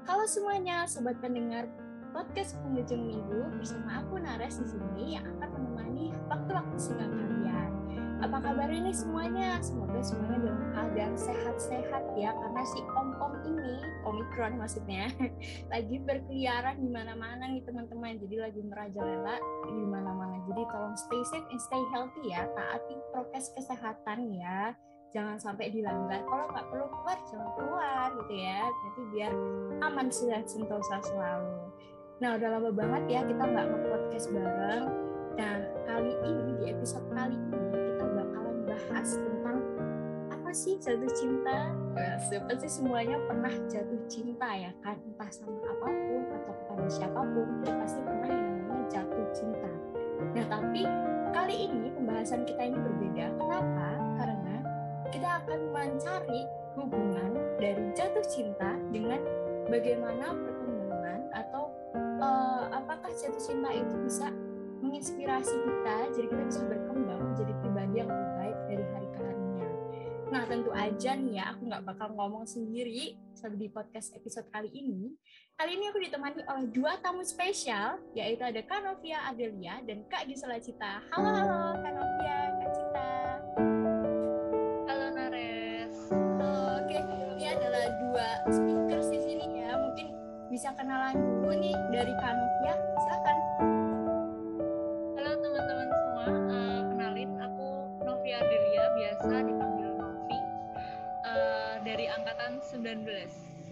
Halo semuanya, sobat pendengar podcast penghujung minggu bersama aku Nares di sini yang akan menemani waktu-waktu singkat kalian. Apa kabar ini semuanya? Semoga semuanya dalam keadaan sehat-sehat ya, karena si om-om ini, Omikron maksudnya, lagi berkeliaran di mana-mana nih teman-teman. Jadi lagi merajalela di mana-mana. Jadi tolong stay safe and stay healthy ya, taati prokes kesehatan ya. Jangan sampai dilanggar. Kalau nggak perlu keluar, jangan keluar gitu ya. Nanti biar aman dan sentosa selalu. Nah, udah lama banget ya kita nggak nge-podcast bareng. Nah, kali ini, di episode kali ini, kita bakalan bahas tentang apa sih jatuh cinta? Pasti semuanya pernah jatuh cinta ya kan? Entah sama apapun atau kepada siapapun, kita pasti pernah yang namanya jatuh cinta. Nah, tapi kali ini pembahasan kita ini berbeda. Kenapa? Karena kita akan mencari hubungan dari jatuh cinta dengan bagaimana perkembangan atau apakah jatuh cinta itu bisa menginspirasi kita jadi kita bisa berkembang menjadi pribadi yang lebih baik dari hari ke harinya. Nah, tentu aja nih ya, aku nggak bakal ngomong sendiri di podcast episode kali ini. Kali ini aku ditemani oleh dua tamu spesial, yaitu ada Kak Novia Adelia dan Kak Gisela Cita. Halo Kak Novia, Kak Cita. Halo Nares. Oke, ini adalah dua speakers di sini ya. Mungkin bisa kenalan dulu nih dari Kak Novia. Silakan. Halo teman-teman semua. Kenalin, aku Novia Adelia, biasa dipanggil Novi. Dari angkatan 19.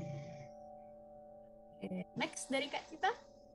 Next dari Kak Cita.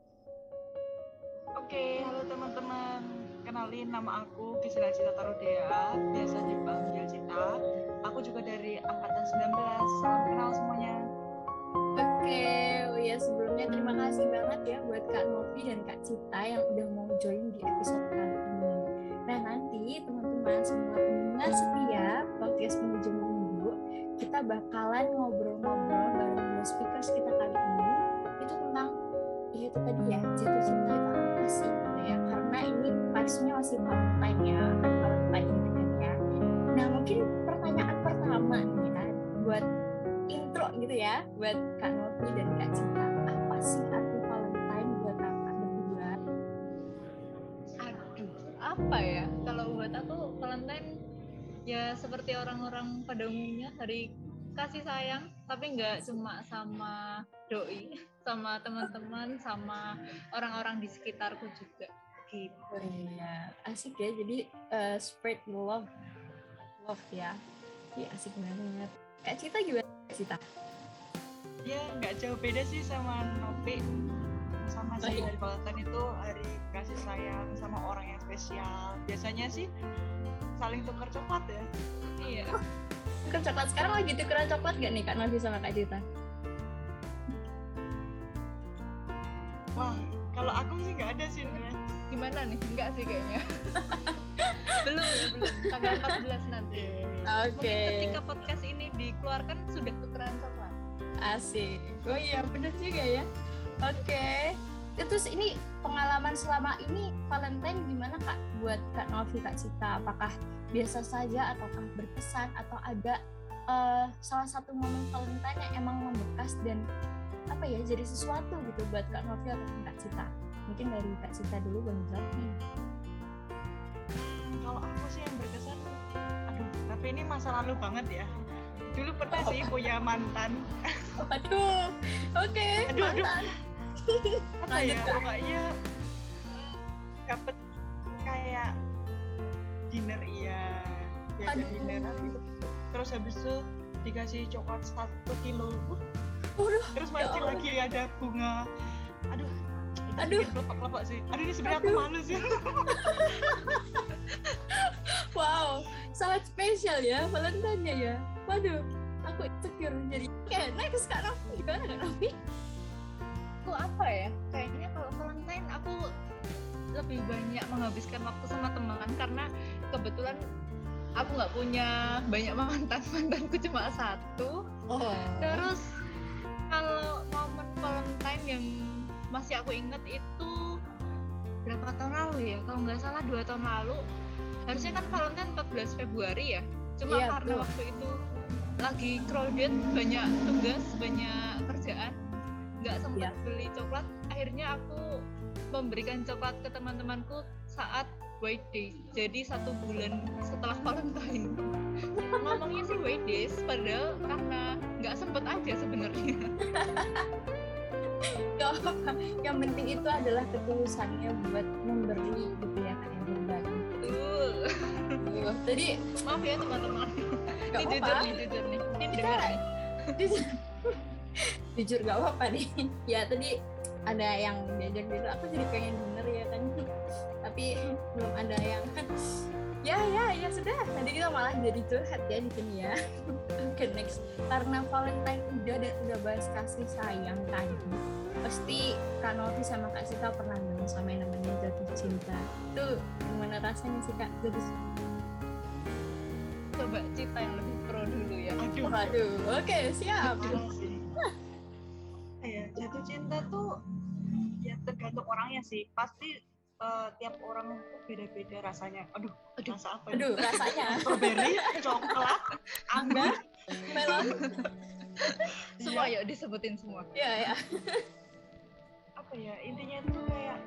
Oke, halo teman-teman. Kenalin, nama aku Gisela Cita Tarudea, biasa dipanggil Cita. Aku juga dari angkatan 19. Salam kenal semuanya. Oke, ya sebelumnya terima kasih banget ya buat Kak Novi dan Kak Cita yang udah mau join di episode kali ini. Nah, nanti teman-teman semua pendengar setia podcast penghujung minggu, kita bakalan ngobrol-ngobrol bareng dua speakers kita kali ini. Itu tentang ya itu tadi ya, jatuh cinta itu apa sih gitu ya, karena ini vibes-nya masih Valentine ya, akan Valentine gitu kan ya. Nah, mungkin pertanyaan pertama nih kan buat intro gitu ya buat Kak Novi dan Kak Cita, apa sih arti Valentine buat kakak berdua? Aduh, apa ya? Kalau buat aku Valentine ya seperti orang-orang pada umumnya, hari kasih sayang, tapi nggak cuma sama doi, sama teman-teman, sama orang-orang di sekitarku juga gitu. Oh iya, asik ya. Jadi spread love ya. Iya, asik banget. Kak Cita gimana Kak Cita? Ya, nggak jauh beda sih sama Novi. Sama sih, hari Valentine itu hari kasih sayang sama orang yang spesial. Biasanya sih saling tukar coklat ya. Iya. Tukeran coklat, sekarang lagi tukeran coklat gak nih Kak Novi sama Kak Cita? Wah, kalau aku sih nggak ada sih Nia. Gimana nih? Enggak sih kayaknya. belum. Tanggal 14 nanti. Oke. Mungkin ketika podcast ini dikeluarkan sudah tukeran coklat. Asik. Oh iya, bener juga ya. Oke. Terus ini pengalaman selama ini Valentine gimana Kak buat Kak Novi, Kak Cita? Apakah biasa saja ataukah berkesan atau ada salah satu momen Valentine yang emang membekas dan apa ya, jadi sesuatu gitu buat Kak Novi atau Kak Cita? Mungkin dari Kak Cita dulu Bang Jati. Kalau aku sih yang berkesan, tapi ini masa lalu banget ya. Dulu pernah sih punya mantan. Aduh, oke. Mantan. Apa ya, pokoknya dapet kayak dinner iya, biasa dinner terus habis itu dikasih coklat 1 kilo. Terus masih lagi ada bunga. Aduh, kelopak sih. Ini sebenarnya aku malu sih. Wow, sangat spesial ya Valentine-nya ya. Waduh, aku insecure jadi. Oke, next Kak Novi, gimana Kak Novi? Aku apa ya? Kayaknya kalau Valentine aku lebih banyak menghabiskan waktu sama teman, karena kebetulan aku nggak punya banyak mantanku cuma satu. Terus kalau momen Valentine yang masih aku ingat itu berapa tahun lalu ya, kalau nggak salah 2 tahun lalu. Harusnya kan Valentine 14 Februari ya, cuma karena waktu itu lagi crowded, banyak tugas, banyak kerjaan, nggak sempat Iya. beli coklat. Akhirnya aku memberikan coklat ke teman-temanku saat White Days, jadi 1 bulan setelah Valentine. Ngomongnya sih White Days, padahal karena nggak sempet aja sebenarnya. Gak apa-apa. Yang penting itu adalah ketulusannya buat memberi gitu ya kan, yang berbagi. Betul. Tadi Maaf ya teman-teman. gak Ini apa-apa. jujur nih. Ini Kita- dengar nih. Jujur gak apa-apa nih. Ya tadi ada yang diajak gitu, aku jadi pengen denger ya kan. Tapi belum ada yang ya sudah. Tadi kita malah jadi curhat ya di sini ya. Oke, next. Karena Valentine udah bahas kasih sayang tadi. Pasti Kak Novi sama Kak Sita pernah dong sama yang namanya jatuh cinta. Itu gimana rasanya sih Kak? Coba Cita yang lebih pro dulu ya. Waduh, oke siap. Parah sih. Ya, jatuh cinta tuh ya tergantung orangnya sih. Pasti tiap orang itu beda-beda rasanya. Aduh, rasa apa? Aduh, rasanya Strawberry, coklat, anggur, melon. Semua yuk disebutin semua. Ya. apa ya, intinya tuh kayak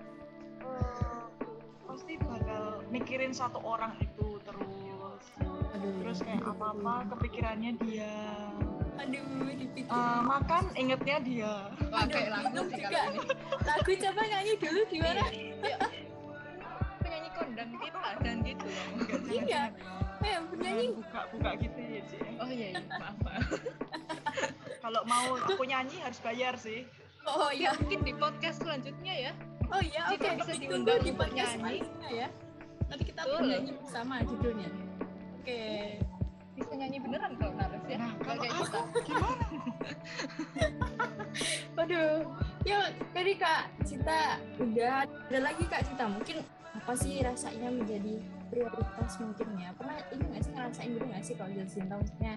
pasti bakal mikirin satu orang itu terus. Terus kayak apa-apa kepikirannya dia. Aduh, dipikir. Makan ingetnya dia. Wah, kayak lagu minum sih juga. kalau ini. Lagu coba nyanyi dulu gimana? Iya. Penyanyi kondang kita dan gitu loh. Iya. Penyanyi. Buka gitu ya, Ci. Oh iya, maaf. Kalau mau aku nyanyi harus bayar sih. Oh Ya iya. mungkin di podcast selanjutnya ya. Oh iya, oke. Jika bisa Ditunggu diundang di untuk podcast nyanyi. selanjutnya ya. Nanti kita Betul. nyanyi bersama judulnya. Oke. Bisa nyanyi beneran kalau Nares ya. Nah, Nggak kalau kayak aku kita. gimana? Waduh. Ya, tadi Kak Cinta udah ada lagi Kak Cinta. Mungkin apa sih rasanya menjadi prioritas mungkin ya? Pernah ini nggak sih ngerasain gitu nggak sih kalau jatuh cinta maksudnya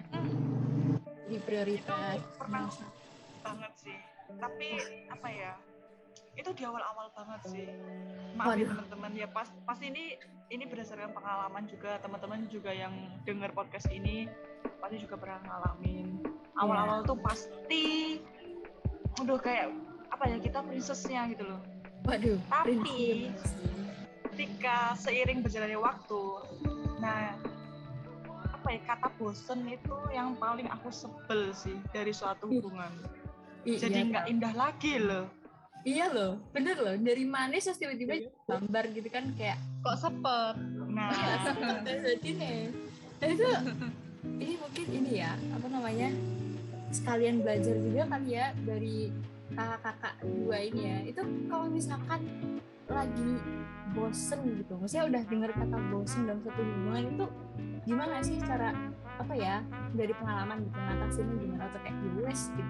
di prioritas? Itu pernah banget sih. Tapi apa ya? Itu di awal-awal banget sih. Maaf ya Waduh. teman-teman ya, pas ini berdasarkan pengalaman juga, teman-teman juga yang dengar podcast ini pasti juga pernah ngalamin. Awal-awal tuh pasti udah kayak apa ya, kita princess-nya gitu loh. Waduh. Tapi prinsip. ketika seiring berjalannya waktu, nah apa ya, kata bosen itu yang paling aku sebel sih dari suatu hubungan. Jadi Iya, nggak Kak. indah lagi loh. Iya loh, bener loh. Dari manis terus tiba-tiba gambar gitu kan kayak Kok sepet? Nah, jadi nih. Nah itu ini mungkin ini ya apa namanya sekalian belajar juga kali ya dari kakak-kakak dua ini ya. Itu kalau misalkan lagi bosen gitu, maksudnya udah dengar kata bosen dalam satu hubungan itu gimana sih cara apa ya dari pengalaman gitu ngatasinnya gimana atau kayak wes gitu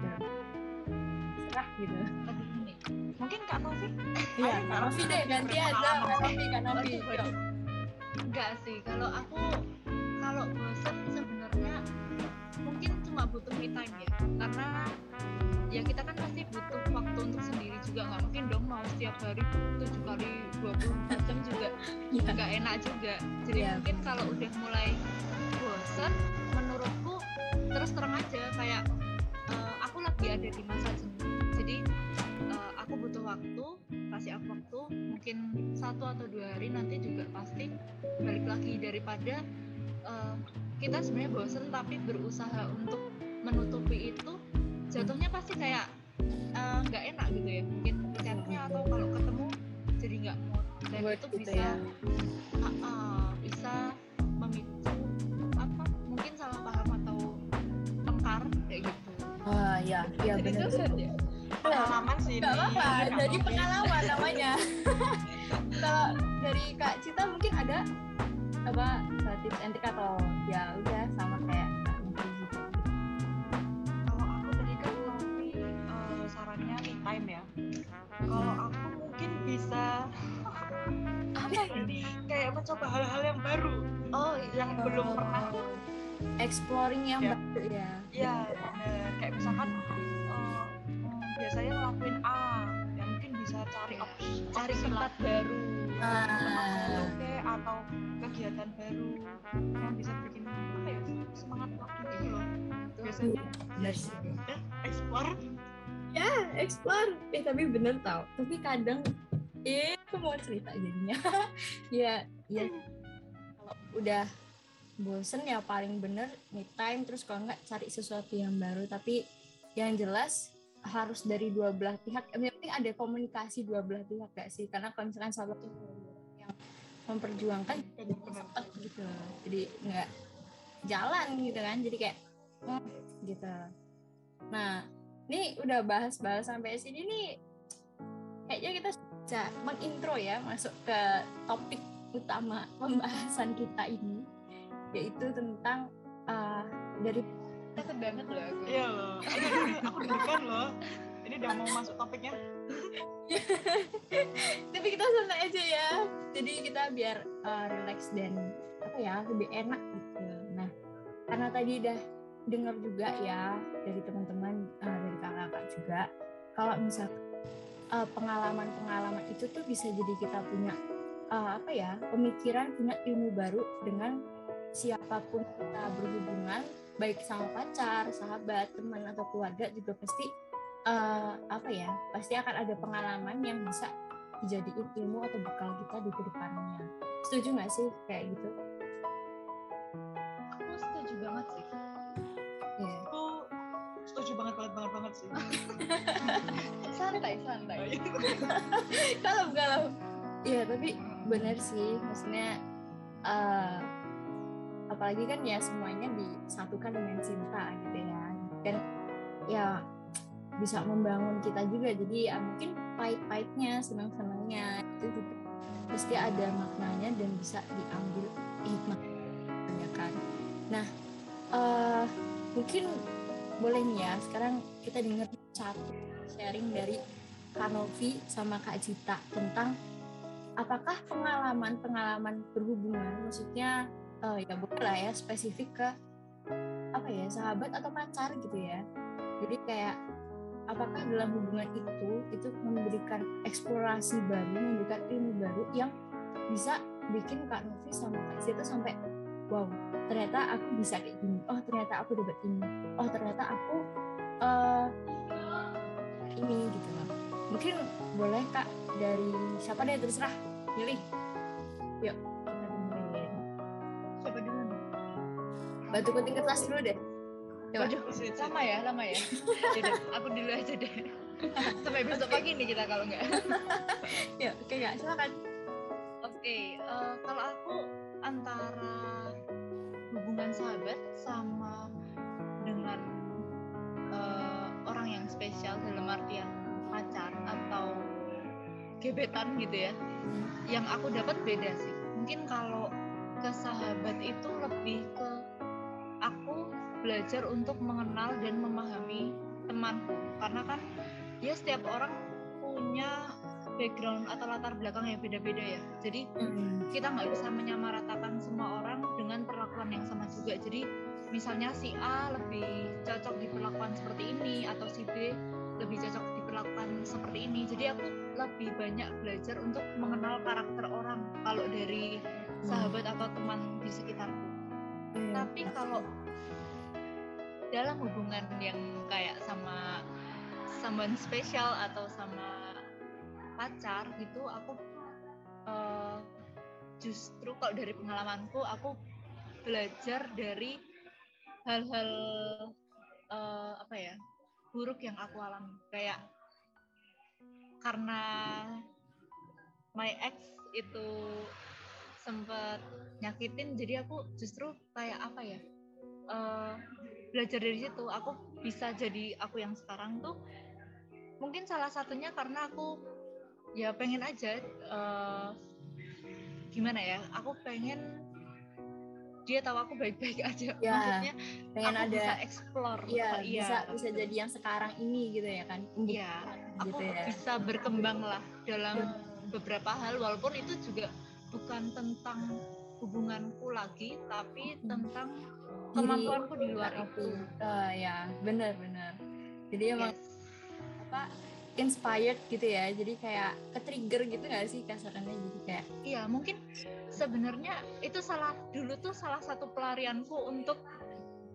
serah gitu. Aduh ini. mungkin Kak Novi. Iya, Ayo, Kak Novi deh gantian Kak Novi, Kak Novi. Waduh. Enggak sih, kalau aku kalau bosan sebenarnya mungkin cuma butuh me time ya, karena ya kita kan pasti butuh waktu untuk sendiri juga, nggak mungkin dong mau setiap hari 7 kali 24 jam juga Iya. nggak enak juga. Jadi Iya. mungkin kalau udah mulai bosan, menurutku terus terang aja kayak aku lagi ada di masa jenuh, jadi aku butuh waktu, kasih aku waktu mungkin 1 atau 2 hari, nanti juga pasti balik lagi, daripada kita sebenarnya bosen tapi berusaha untuk menutupi itu, jatuhnya pasti kayak nggak enak gitu ya, mungkin chatnya atau kalau ketemu jadi nggak mood, dan Mood itu gitu bisa ya. bisa memicu apa mungkin salah paham atau tengkar kayak gitu. Wah, iya Jadi benar. curhat ya. Pengalaman sih Gak ini. apa-apa, Kak jadi Novi. pengalaman namanya. Kalau dari Kak Cita mungkin ada apa tips and trick atau ya udah sama kayak Kak Novi gitu. Kalau aku tadi kan Novi sarannya me time ya. Kalau aku mungkin bisa Apa ini? kayak mencoba hal-hal yang baru Oh yang belum pernah. Exploring yang Ya. baru ya. Ya, bener. Kayak misalkan biasanya ngelakuin A, ya mungkin bisa cari Cari tempat baru. oke, atau kegiatan baru yang bisa bikin apa ya, semangat lagi gitu loh. Biasanya Benar sih. explore. ya explore. Tapi bener tau, tapi kadang aku mau cerita jadinya. ya kalau udah bosen ya paling bener me time, terus kalau enggak cari sesuatu yang baru. Tapi yang jelas harus dari dua belah pihak. Yang penting ada komunikasi dua belah pihak gak sih? Karena kalau misalkan sahabat yang memperjuangkan cepat gitu, jadi nggak jalan gitu kan, jadi kayak gitu. Nah ini udah bahas sampai sini nih, kayaknya kita bisa mengintro ya masuk ke topik utama pembahasan kita ini, yaitu tentang dari takut banget loh aku. Iya loh, aku deg-degan loh. Ini udah mau masuk topiknya. tapi kita santai aja ya, jadi kita biar relax dan lebih enak gitu. Nah karena tadi udah dengar juga ya dari teman-teman, dari kakak-kakak juga, kalau misalnya pengalaman itu tuh bisa jadi kita punya pemikiran, punya ilmu baru dengan siapapun kita berhubungan, baik sama pacar, sahabat, teman atau keluarga juga pasti pasti akan ada pengalaman yang bisa dijadiin ilmu atau bekal kita di kedepannya. Setuju nggak sih kayak gitu? Aku setuju banget sih. Yeah. Aku setuju banget sih. santai Kalau ya tapi benar sih, maksudnya apalagi kan ya semuanya disatukan dengan cinta gitu ya, dan ya bisa membangun kita juga. Jadi ya mungkin pahit-pahitnya, senang-senangnya itu juga pasti ada maknanya dan bisa diambil hikmahnya kan. Nah mungkin boleh nih ya sekarang kita dengar satu sharing dari Kak Novi sama Kak Cita tentang apakah pengalaman berhubungan, maksudnya ya boleh lah ya spesifik ke sahabat atau pacar gitu ya. Jadi kayak apakah dalam hubungan itu memberikan eksplorasi baru, memberikan ilmu baru yang bisa bikin Kak Novi sama Kak Cita sampai wow, ternyata aku bisa kayak gini, oh ternyata aku dapat ini, oh ternyata aku ini gitu loh. Mungkin boleh Kak, dari siapa deh, terserah pilih. Yuk kita dengerin. Siapa dulu nih? Batu gunting kertas dulu deh. Coba. Waduh, lama ya. Jadi aku dulu aja deh. Sampai besok pagi nih kita kalau enggak. Ya, oke Kak, silakan. Oke, kalau aku antara hubungan sahabat sama dengan orang yang spesial dalam artian pacar atau gebetan gitu ya, yang aku dapat beda sih. Mungkin kalau ke sahabat itu lebih ke aku belajar untuk mengenal dan memahami temanku, karena kan ya setiap orang punya background atau latar belakang yang beda-beda ya. Jadi kita nggak bisa menyamaratakan semua orang dengan perlakuan yang sama juga. Jadi misalnya si A lebih cocok diperlakukan seperti ini atau si B lebih cocok diperlakukan seperti ini. Jadi aku lebih banyak belajar untuk mengenal karakter orang kalau dari sahabat atau teman di sekitarku. Tapi kalau dalam hubungan yang kayak sama someone spesial atau sama pacar gitu, aku justru kalau dari pengalamanku aku belajar dari hal-hal buruk yang aku alami. Kayak karena my ex itu sempat nyakitin, jadi aku justru kayak belajar dari situ. Aku bisa jadi aku yang sekarang tuh mungkin salah satunya karena aku ya pengen aja aku pengen dia tahu aku baik-baik aja ya, maksudnya pengen aku ada bisa explore bisa jadi yang sekarang ini gitu ya kan. Iya, aku bisa berkembang lah dalam beberapa hal, walaupun itu juga bukan tentang hubunganku lagi, tapi tentang kemampuanku di luar itu. Ya benar-benar. Jadi emang inspired gitu ya, jadi kayak ke-trigger gitu nggak sih kasarannya, jadi kayak iya mungkin sebenarnya itu salah satu pelarianku untuk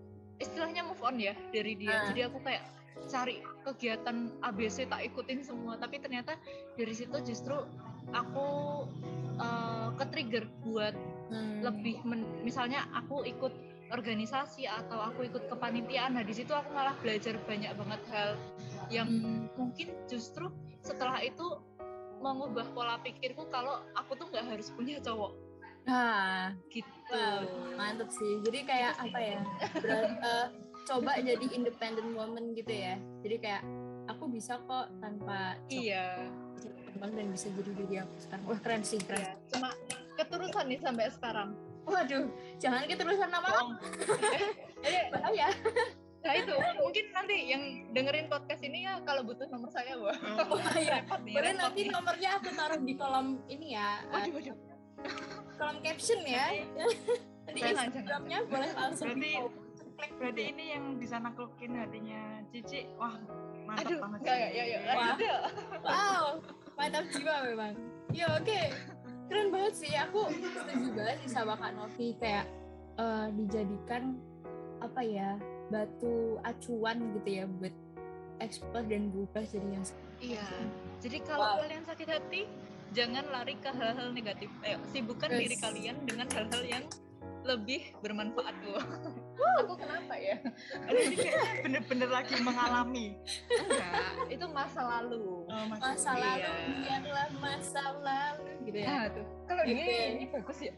istilahnya move on ya dari dia. Jadi aku kayak cari kegiatan ABC tak ikutin semua, tapi ternyata dari situ justru aku ke-trigger buat lebih misalnya aku ikut organisasi atau aku ikut kepanitiaan. Nah di situ aku malah belajar banyak banget hal yang mungkin justru setelah itu mengubah pola pikirku kalau aku tuh nggak harus punya cowok. Nah, gitu. Wow, mantep sih. Jadi kayak apa ya? Coba jadi independent woman gitu ya. Jadi kayak aku bisa kok tanpa Iya. teman dan bisa jadi diri aku sekarang. Wah keren sih, keren. Iya. Cuma keterusan nih sampai sekarang. Waduh, jangan keterusan nama aku. Bahaya. Nah itu mungkin nanti yang dengerin podcast ini ya kalau butuh nomor saya, wah. Iya. Boleh nanti nomornya aku taruh di kolom ini ya. Waduh. Kolom caption ya. Nanti Instagramnya boleh langsung. Berarti ini yang bisa naklukin hatinya Cici. Wah, mantap banget. Ya. Wow, mantap jiwa memang. Ya oke. Keren banget sih. Aku setuju banget sih sama Kak Novi kayak dijadikan apa ya, batu acuan gitu ya buat ekspor dan berubah jadi yang iya. Jadi kalau kalian sakit hati, jangan lari ke hal-hal negatif. Sibukkan diri kalian dengan hal-hal yang lebih bermanfaat. Aku kenapa ya? Ini kayaknya bener-bener lagi mengalami. Enggak, itu masa lalu. Masa lalu biarlah masa lalu gitu ya. Nah tuh, kalau ini bagus ya.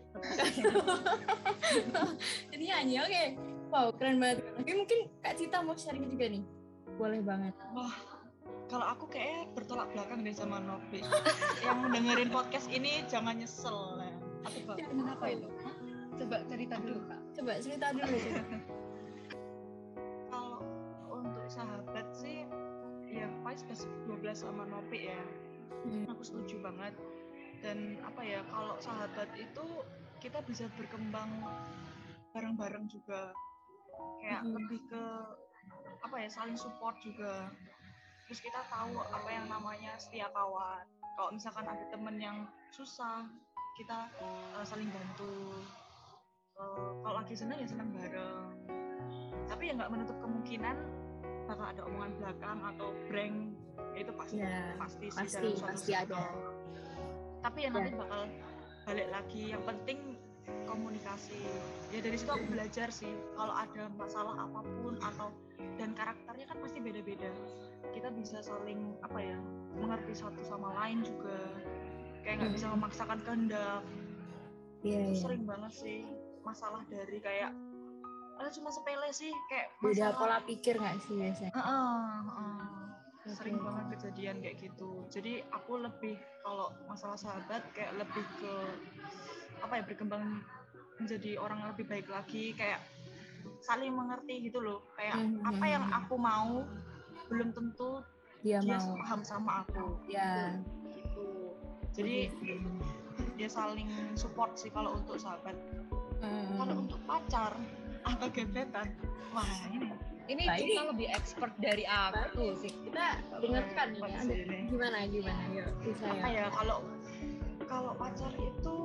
Jadi nyanyi, oke. Wow, keren banget. Oke, mungkin Kak Cita mau sharing juga nih. Boleh banget. Wah, kalau aku kayaknya bertolak belakang deh sama Novi. Yang dengerin podcast ini jangan nyesel ya. Kenapa itu? Coba cerita dulu Kak. Coba cerita dulu. Kalau untuk sahabat sih, ya pas 12 sama Novi ya. Aku setuju banget. Dan apa ya, kalau sahabat itu kita bisa berkembang bareng-bareng juga. Kayak lebih ke apa ya, saling support juga. Terus kita tahu apa yang namanya setia kawan. Kalau misalkan ada temen yang susah, kita saling bantu. Kalau lagi senang ya senang bareng. Tapi ya nggak menutup kemungkinan bakal ada omongan belakang atau prank. Itu pasti ada. Tapi ya nanti bakal balik lagi. Yang penting komunikasi. Ya dari situ aku belajar sih. Kalau ada masalah apapun dan karakternya kan pasti beda-beda. Kita bisa saling apa ya, mengerti satu sama lain juga. Kayak nggak bisa memaksakan kehendak. Itu sering banget sih masalah dari kayak cuma sepele sih, kayak beda pola pikir nggak sih biasanya? Sering banget kejadian kayak gitu. Jadi aku lebih kalau masalah sahabat kayak lebih ke apa ya, berkembang menjadi orang yang lebih baik lagi, kayak saling mengerti gitu loh. Kayak apa yang aku mau belum tentu dia mau paham sama aku. Ya. Gitu. Jadi dia saling support sih kalau untuk sahabat. Kalau untuk pacar atau gebetan, wah ini kita lebih expert dari aku sih. Kita dengarkan ini. Gimana? Yuk, saya. Apa ya, kalau pacar itu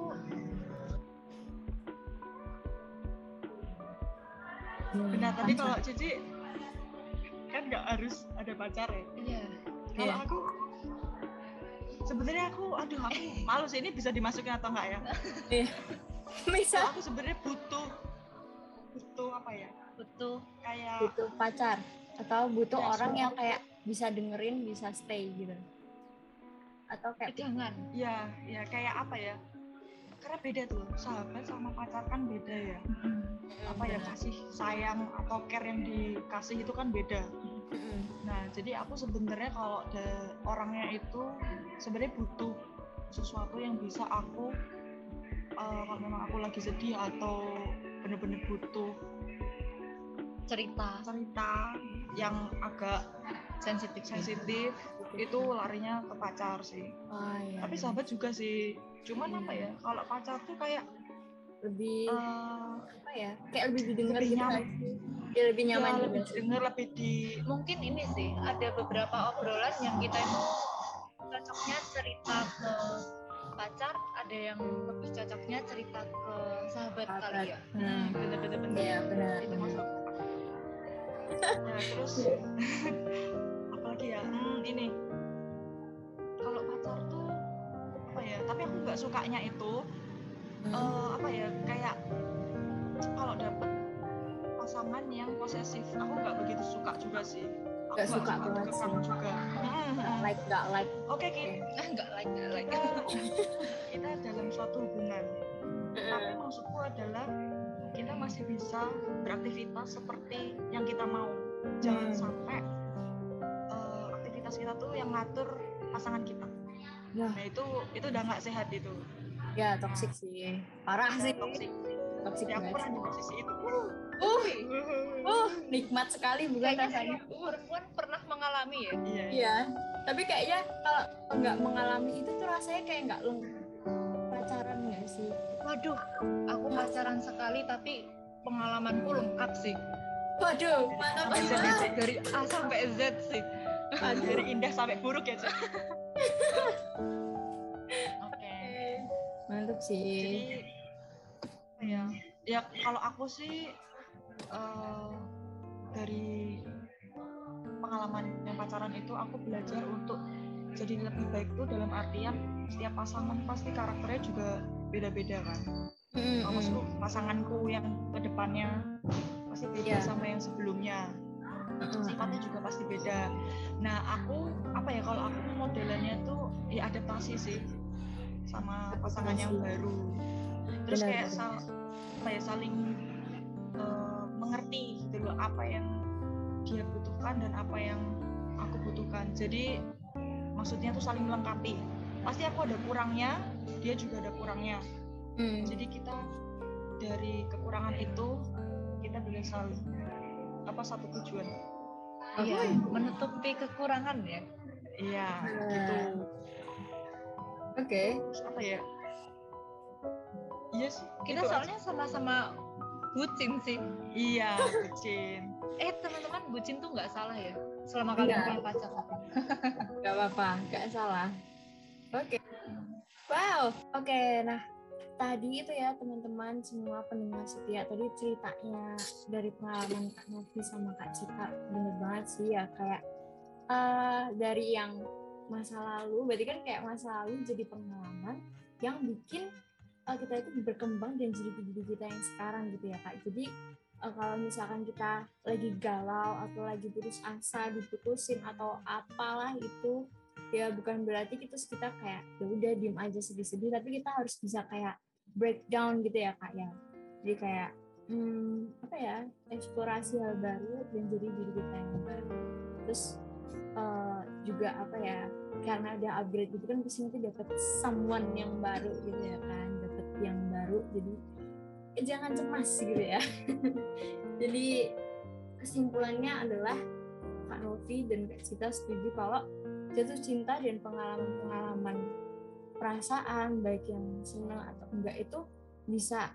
benar tadi kalau Cici kan nggak harus ada pacar ya. Iya. Kalau aku sebenarnya aku malu sih, ini bisa dimasukin atau enggak ya? Misal aku sebenarnya butuh apa ya? Butuh pacar atau butuh orang yang kayak bisa dengerin, bisa stay gitu. Atau kayak jangan. Ya kayak apa ya? Karena beda tuh, sahabat sama pacar kan beda ya. Apa ya, kasih sayang atau care yang dikasih itu kan beda. Nah, jadi aku sebenarnya kalau orangnya itu sebenarnya butuh sesuatu yang bisa aku kalau memang aku lagi sedih atau bener-bener butuh cerita yang agak sensitif itu larinya ke pacar sih. Tapi sahabat juga sih. Cuman apa ya, kalau pacar tuh kayak lebih apa ya, kayak lebih didengar lebih gitu nyaman. Dia lebih nyaman juga lebih didengar, lebih mungkin ini sih ada beberapa obrolan yang kita itu cocoknya cerita ke pacar, ada yang lebih cocoknya cerita ke sahabat kali ya. Bener-bener ya, benar. itu masuk. Ya terus apalagi ya, ini kalau pacar tuh apa ya, tapi aku nggak sukanya itu apa ya, kayak kalau dapet pasangan yang posesif, aku nggak begitu suka juga sih. Aku Nggak suka banget dikekang sih. juga. Nggak like. Oke, Nggak like. kita dalam suatu hubungan, tapi maksudku adalah kita masih bisa beraktivitas seperti yang kita mau. Jangan sampai aktivitas kita tuh yang ngatur pasangan kita. Nah itu udah nggak sehat itu. Ya toksik sih, parah sih. Toksik Ya, aku banget. pernah di posisi itu. Nikmat sekali bukan Kayaknya rasanya. perempuan pernah mengalami ya. Iya. Tapi kayaknya kalau nggak mengalami itu tuh rasanya kayak nggak lengkap. Pacaran nggak sih? Waduh, aku pacaran sekali tapi pengalamanku lengkap sih. Waduh, mantap banget. Dari A sampai Z sih. Dari indah sampai buruk ya, Cak. Oke. Mantap sih. Jadi ya kalau aku sih dari pengalaman yang pacaran itu aku belajar untuk jadi lebih baik tuh dalam artian setiap pasangan pasti karakternya juga beda-beda kan. Maksudku pasanganku yang kedepannya pasti beda sama yang sebelumnya. Sifatnya juga pasti beda. Nah aku kalau aku modelannya tuh ya adaptasi sih sama pasangan yang baru. Terus kayak saling mengerti gitu loh, apa yang dia butuhkan dan apa yang aku butuhkan. Jadi maksudnya tuh saling melengkapi. Pasti aku ada kurangnya, dia juga ada kurangnya. Jadi kita dari kekurangan itu kita bisa saling satu tujuan. Iya, menutupi kekurangan ya. Iya, gitu. Oke. Terus apa ya? Iya sih. Kita gitu soalnya sama-sama bucin sih. Iya, bucin. Teman-teman, bucin tuh nggak salah ya. Selama kalian punya pacar. Gak apa-apa, gak salah. Oke. Wow. Oke, nah tadi itu ya teman-teman semua pendengar setia, tadi ceritanya dari pengalaman Kak Novi sama Kak Cita bener banget sih ya, kayak dari yang masa lalu, berarti kan kayak masa lalu jadi pengalaman yang bikin kita itu berkembang dan jadi diri kita yang sekarang gitu ya Kak. Jadi kalau misalkan kita lagi galau atau lagi putus asa, diputusin atau apalah itu, ya bukan berarti kita kayak ya udah diem aja sedih-sedih, tapi kita harus bisa kayak breakdown gitu ya Kak ya. Jadi kayak eksplorasi hal baru dan jadi diri kita yang baru. Terus juga karena ada upgrade gitu kan, pasti nanti dapat someone yang baru gitu ya kan, dapat yang baru, jadi jangan cemas gitu ya. Jadi kesimpulannya adalah Kak Novi dan Kak Cita setuju kalau jatuh cinta dan pengalaman perasaan baik yang senang atau enggak itu bisa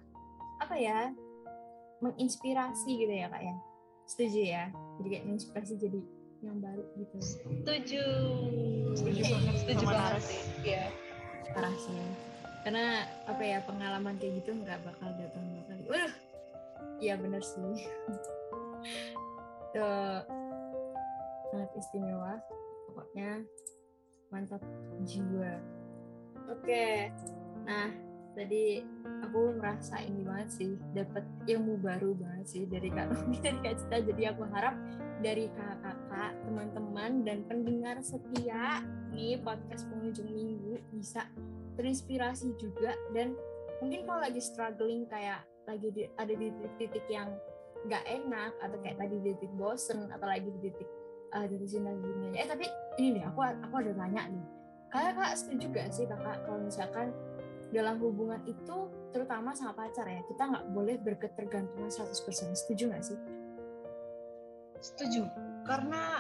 menginspirasi gitu ya Kak ya. Setuju ya? Jadi kayak menginspirasi jadi yang baru gitu. Setuju Setuju banget sih. Iya. Parah sih. Karena pengalaman kayak gitu nggak bakal datang dua kali. Waduh, iya bener sih. Itu sangat istimewa. Pokoknya mantap jiwa. Oke. Nah, tadi aku merasa ini banget sih, dapat ilmu baru banget sih dari Kak Novi dan Kak Cita. Jadi aku harap dari kakak-kakak, teman-teman dan pendengar setia nih podcast Penghujung Minggu bisa terinspirasi juga, dan mungkin kalau lagi struggling kayak lagi ada di titik yang nggak enak atau kayak tadi di titik bosen atau lagi di titik dari sini tapi ini nih aku ada tanya nih, kakak setuju gak sih kakak kalau misalkan dalam hubungan itu terutama sama pacar ya, kita nggak boleh berketergantungan 100%, setuju nggak sih? Setuju, karena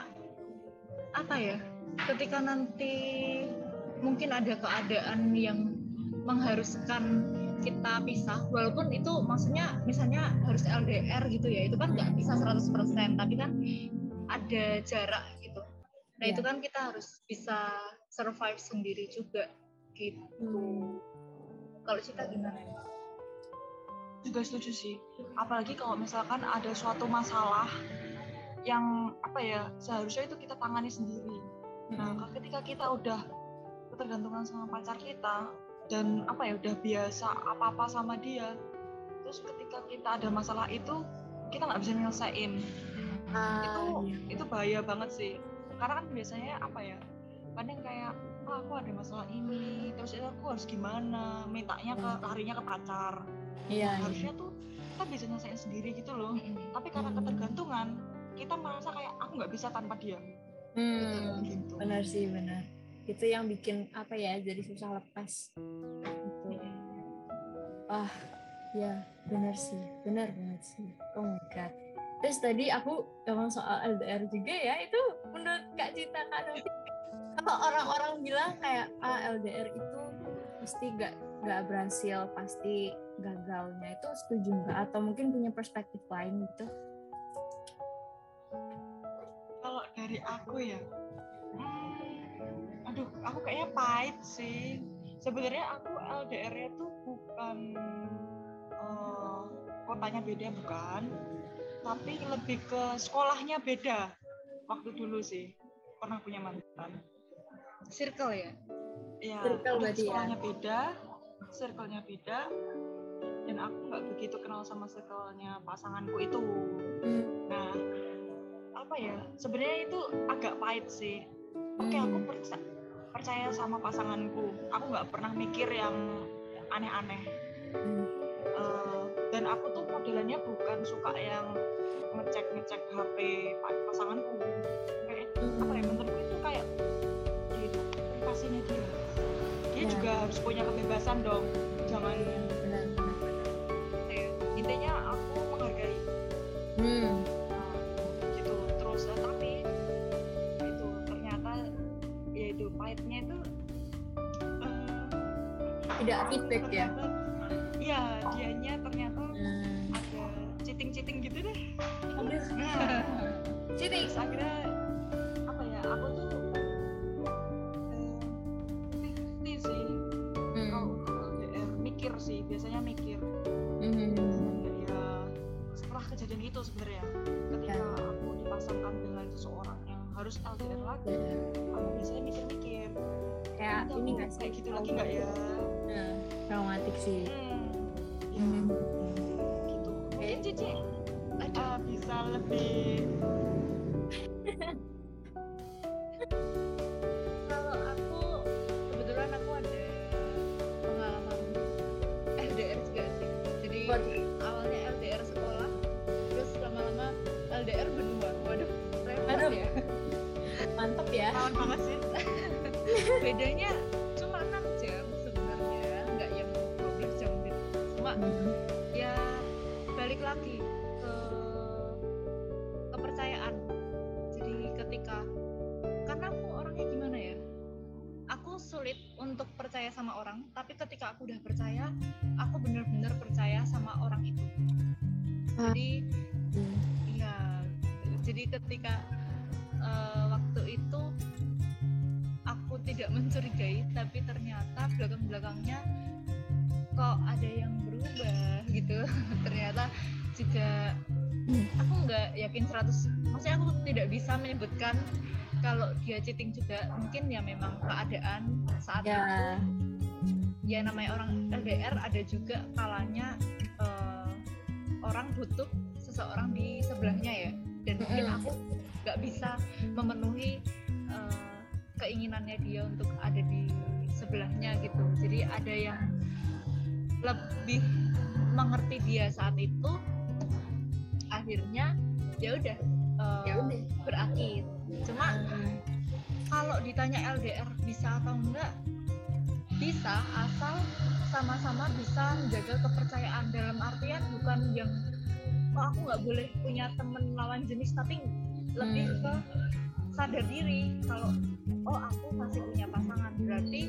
ketika nanti mungkin ada keadaan yang mengharuskan kita pisah, walaupun itu maksudnya misalnya harus LDR gitu ya, itu kan nggak bisa 100%, tapi kan ada jarak gitu. Nah itu kan kita harus bisa survive sendiri juga gitu. Kalau Cita gimana? Juga setuju sih, apalagi kalau misalkan ada suatu masalah yang apa ya, seharusnya itu kita tangani sendiri. Nah, ketika kita udah ketergantungan sama pacar kita dan apa ya, udah biasa apa-apa sama dia, terus ketika kita ada masalah itu kita nggak bisa nyelesain, itu bahaya banget sih. Karena kan biasanya apa ya, kadang kayak aku ada masalah ini, terus aku harus gimana, larinya ke pacar. Harusnya tuh kita bisa nyelesain sendiri gitu loh. Tapi karena ketergantungan, kita merasa kayak aku nggak bisa tanpa dia. Gitu. Benar sih, benar. Itu yang bikin apa ya, jadi susah lepas. Gitu. Ya benar sih, benar banget sih. Oh my god. Terus tadi aku ngomong soal LDR juga ya, itu menurut Kak Cita, Kak Novi, kalau orang-orang bilang kayak LDR itu pasti gak berhasil, pasti gagalnya, itu setuju nggak? Atau mungkin punya perspektif lain gitu? Kalau dari aku ya, aku kayaknya pahit sih. Sebenarnya aku LDR-nya tuh bukan kotanya beda, bukan, tapi lebih ke sekolahnya beda. Waktu dulu sih pernah punya mantan. Circle ya? Iya, sekolahnya beda, circle-nya beda, dan aku nggak begitu kenal sama circle-nya pasanganku itu. Nah, apa ya, sebenarnya itu agak pahit sih. Oke, aku percaya sama pasanganku, aku nggak pernah mikir yang aneh-aneh. Dan aku tuh modelannya bukan suka yang ngecek HP pasanganku. Kayak apa ya, menurutku itu kayak gitu, privasinya dia juga harus punya kebebasan dong, jangan intinya aku menghargai. Gitu. Terus tapi itu ternyata ya itu pahitnya itu tidak feedback ya. Iya, dianya ternyata ada cheating gitu deh. Cheating. Terus akhirnya apa ya, aku tuh 50 sih. Kalau LDR mikir sih, biasanya mikir. Ya, setelah kejadian itu sebenarnya, ketika aku dipasangkan dengan seseorang yang harus LDR lagi, aku biasanya mikir-mikir. Kayak ini nggak sih? Kayak gitu lagi nggak ya? Traumatik sih. Gitu. Mungkin Cici bisa lebih. Kalau aku kebetulan aku ada pengalaman LDR juga sih. Jadi awalnya LDR sekolah, terus lama-lama LDR berdua. Waduh, repot ya. Mantep ya. Lawan banget sih. Bedanya cuma 6 jam sebenarnya, nggak yang 12 jam gitu. Cuma ya balik lagi ke kepercayaan. Jadi ketika, karena aku orangnya gimana ya, aku sulit untuk percaya sama orang, tapi ketika aku udah percaya, aku benar-benar percaya sama orang itu. Jadi ya, jadi ketika waktu itu aku tidak mencurigai, tapi ternyata belakang-belakangnya kok ada yang berubah gitu. Ternyata juga aku nggak yakin 100, maksudnya aku tidak bisa menyebutkan kalau dia cheating juga. Mungkin ya memang keadaan saat itu ya, namanya orang LDR ada juga kalanya orang butuh seseorang di sebelahnya ya, dan mungkin aku nggak bisa memenuhi keinginannya dia untuk ada di sebelahnya gitu. Jadi ada yang lebih mengerti dia saat itu, akhirnya ya udah berakhir. Cuma kalau ditanya LDR bisa atau enggak, bisa, asal sama-sama bisa menjaga kepercayaan. Dalam artian bukan yang aku nggak boleh punya temen lawan jenis, tapi lebih ke sadar diri kalau aku masih punya pasangan, berarti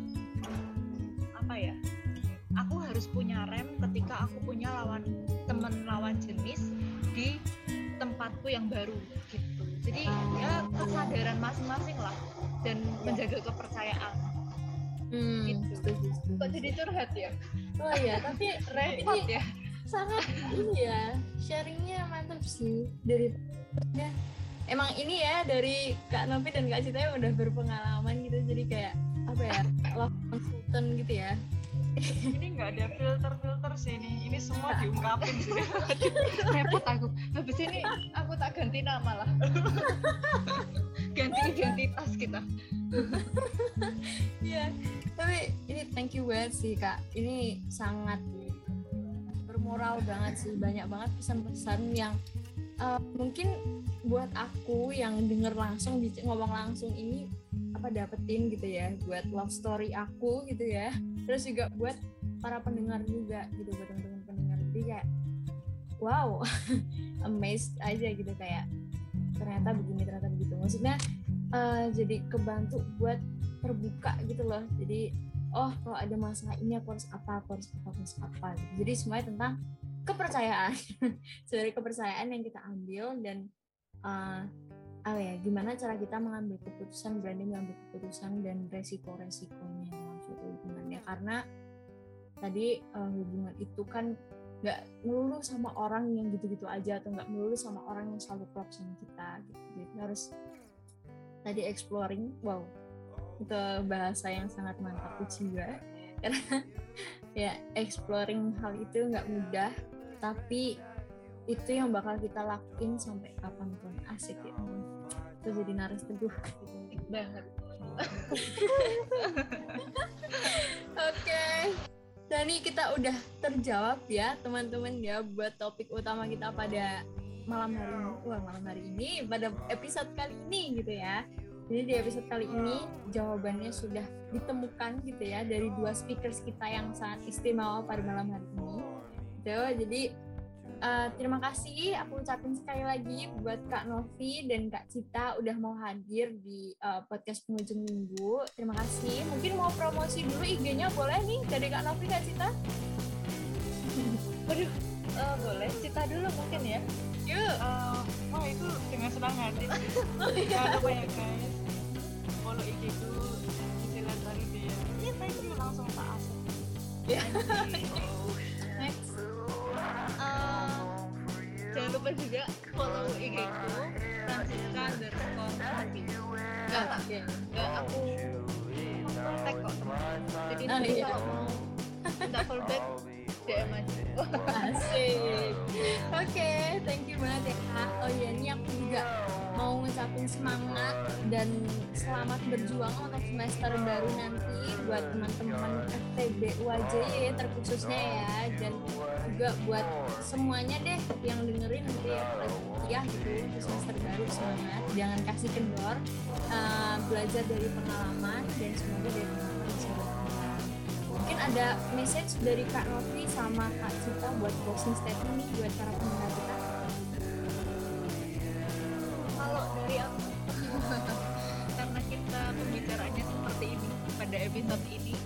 apa ya, aku harus punya rem ketika aku punya temen lawan jenis di tempatku yang baru gitu. Jadi ya kesadaran masing-masing lah, dan menjaga kepercayaan gitu. Kok jadi curhat ya? Oh iya, tapi repot ya. Sangat ini ya, sharingnya mantap sih. Dari Ya, emang ini ya dari Kak Novi dan Kak Cita yang udah berpengalaman gitu, jadi kayak apa ya, love consultant gitu ya. Ini nggak ada filter sih ini semua diungkapin sih. Repot aku. Habis ini aku tak ganti nama lah. Ganti identitas kita. Iya, tapi ini thank you banget sih Kak. Ini sangat bermoral banget sih, banyak banget pesan-pesan yang mungkin buat aku yang denger langsung, ngomong langsung ini apa dapetin gitu ya, buat love story aku gitu ya. Terus juga buat para pendengar juga gitu, buat teman-teman pendengar. Jadi kayak wow, amazed aja gitu, kayak ternyata begini, ternyata begitu. Maksudnya jadi kebantu buat terbuka gitu loh. Jadi oh kalau ada masalah ini aku harus apa gitu. Jadi semuanya tentang kepercayaan. Dari kepercayaan yang kita ambil dan gimana cara kita mengambil keputusan, berani mengambil keputusan dan resiko-resikonya dalam suatu hubungan ya. Karena tadi hubungan itu kan nggak melulu sama orang yang gitu-gitu aja, atau nggak melulu sama orang yang selalu klop sama kita gitu. Jadi harus tadi exploring. Wow, itu bahasa yang sangat mantap juga, karena ya exploring hal itu nggak mudah, tapi itu yang bakal kita lakuin sampai kapanpun. Asik ya, itu jadi naris teguh gitu banget. Oke. Dan ini kita udah terjawab ya teman-teman ya buat topik utama kita pada malam hari ini pada episode kali ini gitu ya. Jadi di episode kali ini jawabannya sudah ditemukan gitu ya dari dua speakers kita yang sangat istimewa pada malam hari ini. Jadi terima kasih aku ucapin sekali lagi buat Kak Novi dan Kak Cita udah mau hadir di podcast penghujung minggu. Terima kasih. Mungkin mau promosi dulu IG-nya boleh nih dari Kak Novi, Kak Cita? Waduh, boleh Cita dulu mungkin ya. Yuk. Itu dengan senang hati. Jangan lupa ya guys, follow IG ku Cicilan Tari Dea. Iya, thank you, langsung tak asal. Next. Jangan lupa juga follow IG ku Francisca_Novi. Enggak aku kontak kok. Jadi nanti kalau mau minta fallback DM aja. Asik. Oke, thank you banget ya Kak. Oh iya, ini aku juga mau ngucapin semangat dan selamat berjuang untuk semester baru nanti buat teman-teman FTB UAJ terkhususnya ya, dan juga buat semuanya deh yang dengerin nanti ya kuliah gitu untuk semester baru. Semangat, jangan kasih kendor, belajar dari pengalaman dan semoga dari pengalaman bisa berkembang. Mungkin ada message dari Kak Novi sama Kak Cita buat closing statement nih buat para pendengar kita. Kalau dari aku karena kita pembicaraannya seperti ini pada episode ini,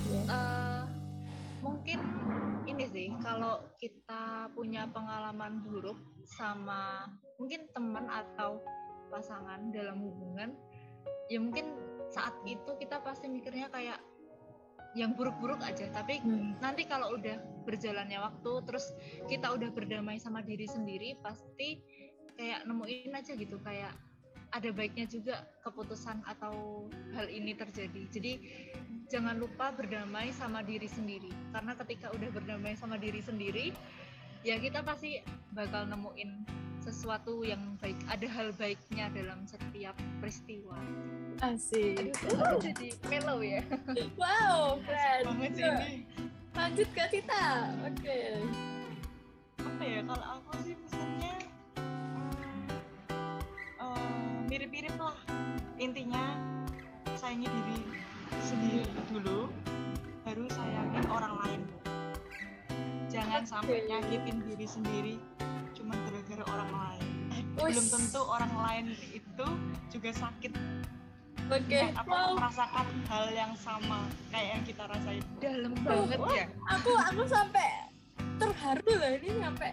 mungkin ini sih, kalau kita punya pengalaman buruk sama mungkin teman atau pasangan dalam hubungan, ya mungkin saat itu kita pasti mikirnya kayak yang buruk-buruk aja, tapi nanti kalau udah berjalannya waktu, terus kita udah berdamai sama diri sendiri, pasti kayak nemuin aja gitu, kayak ada baiknya juga keputusan atau hal ini terjadi. Jadi jangan lupa berdamai sama diri sendiri, karena ketika udah berdamai sama diri sendiri, ya kita pasti bakal nemuin sesuatu yang baik, ada hal baiknya dalam setiap peristiwa. Asik. Aduh, jadi mellow ya. Wow, keren. Banget sih ini. Lanjut Kak Cita. Oke. Apa ya, kalau aku sih pesannya mirip-mirip lah. Intinya sayangi diri sendiri dulu, baru sayangin orang lain. Jangan sampai nyakitin diri sendiri cuma gara-gara orang lain. Belum tentu orang lain itu juga sakit. Oke. Merasakan hal yang sama kayak yang kita rasain. Dalam banget ya. Aku sampai terharu loh ini, sampai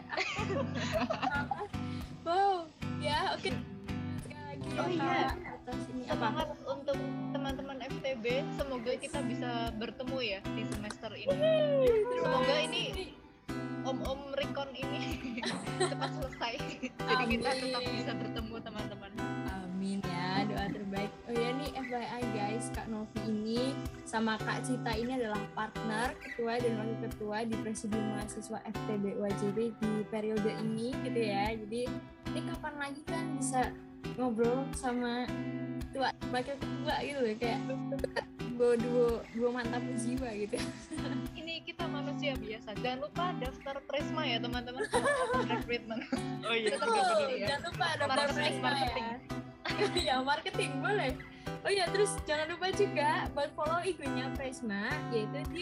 wow. Ya, oke. Sekali lagi atas ini semangat untuk teman-teman FTB, semoga kita bisa bertemu ya di semester ini. Semoga ini om Recon ini cepat selesai. Jadi kita tetap bisa bertemu teman-teman. Amin ya, doa terbaik. Oh ya nih FYI guys, Kak Novi ini sama Kak Cita ini adalah partner ketua dan wakil ketua di Presidium Mahasiswa FTB UAJB di periode ini gitu ya. Jadi ini kapan lagi kan bisa ngobrol sama ketua wakil ketua gitu loh, kayak dua mantap jiwa gitu. Ini kita manusia biasa. Jangan lupa daftar Prisma ya teman-teman. Kalau recruitment. Oh iya, Betul, benar-benar ya. jangan lupa daftar Prisma ya. Ya marketing boleh. Oh ya, terus jangan lupa juga buat follow IG-nya Prisma, yaitu di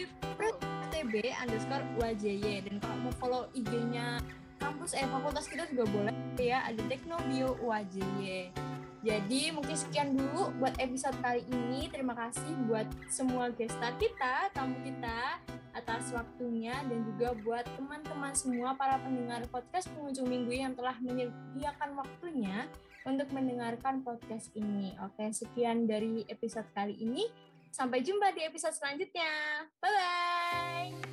@tb_UAJY. Dan kalau mau follow IG-nya fakultas kita juga boleh ya, ada Teknobio UAJY. Jadi mungkin sekian dulu buat episode kali ini. Terima kasih buat semua guest star kita, tamu kita atas waktunya, dan juga buat teman-teman semua para pendengar podcast Penghujung Minggu yang telah menyediakan waktunya untuk mendengarkan podcast ini. Oke, sekian dari episode kali ini. Sampai jumpa di episode selanjutnya. Bye-bye!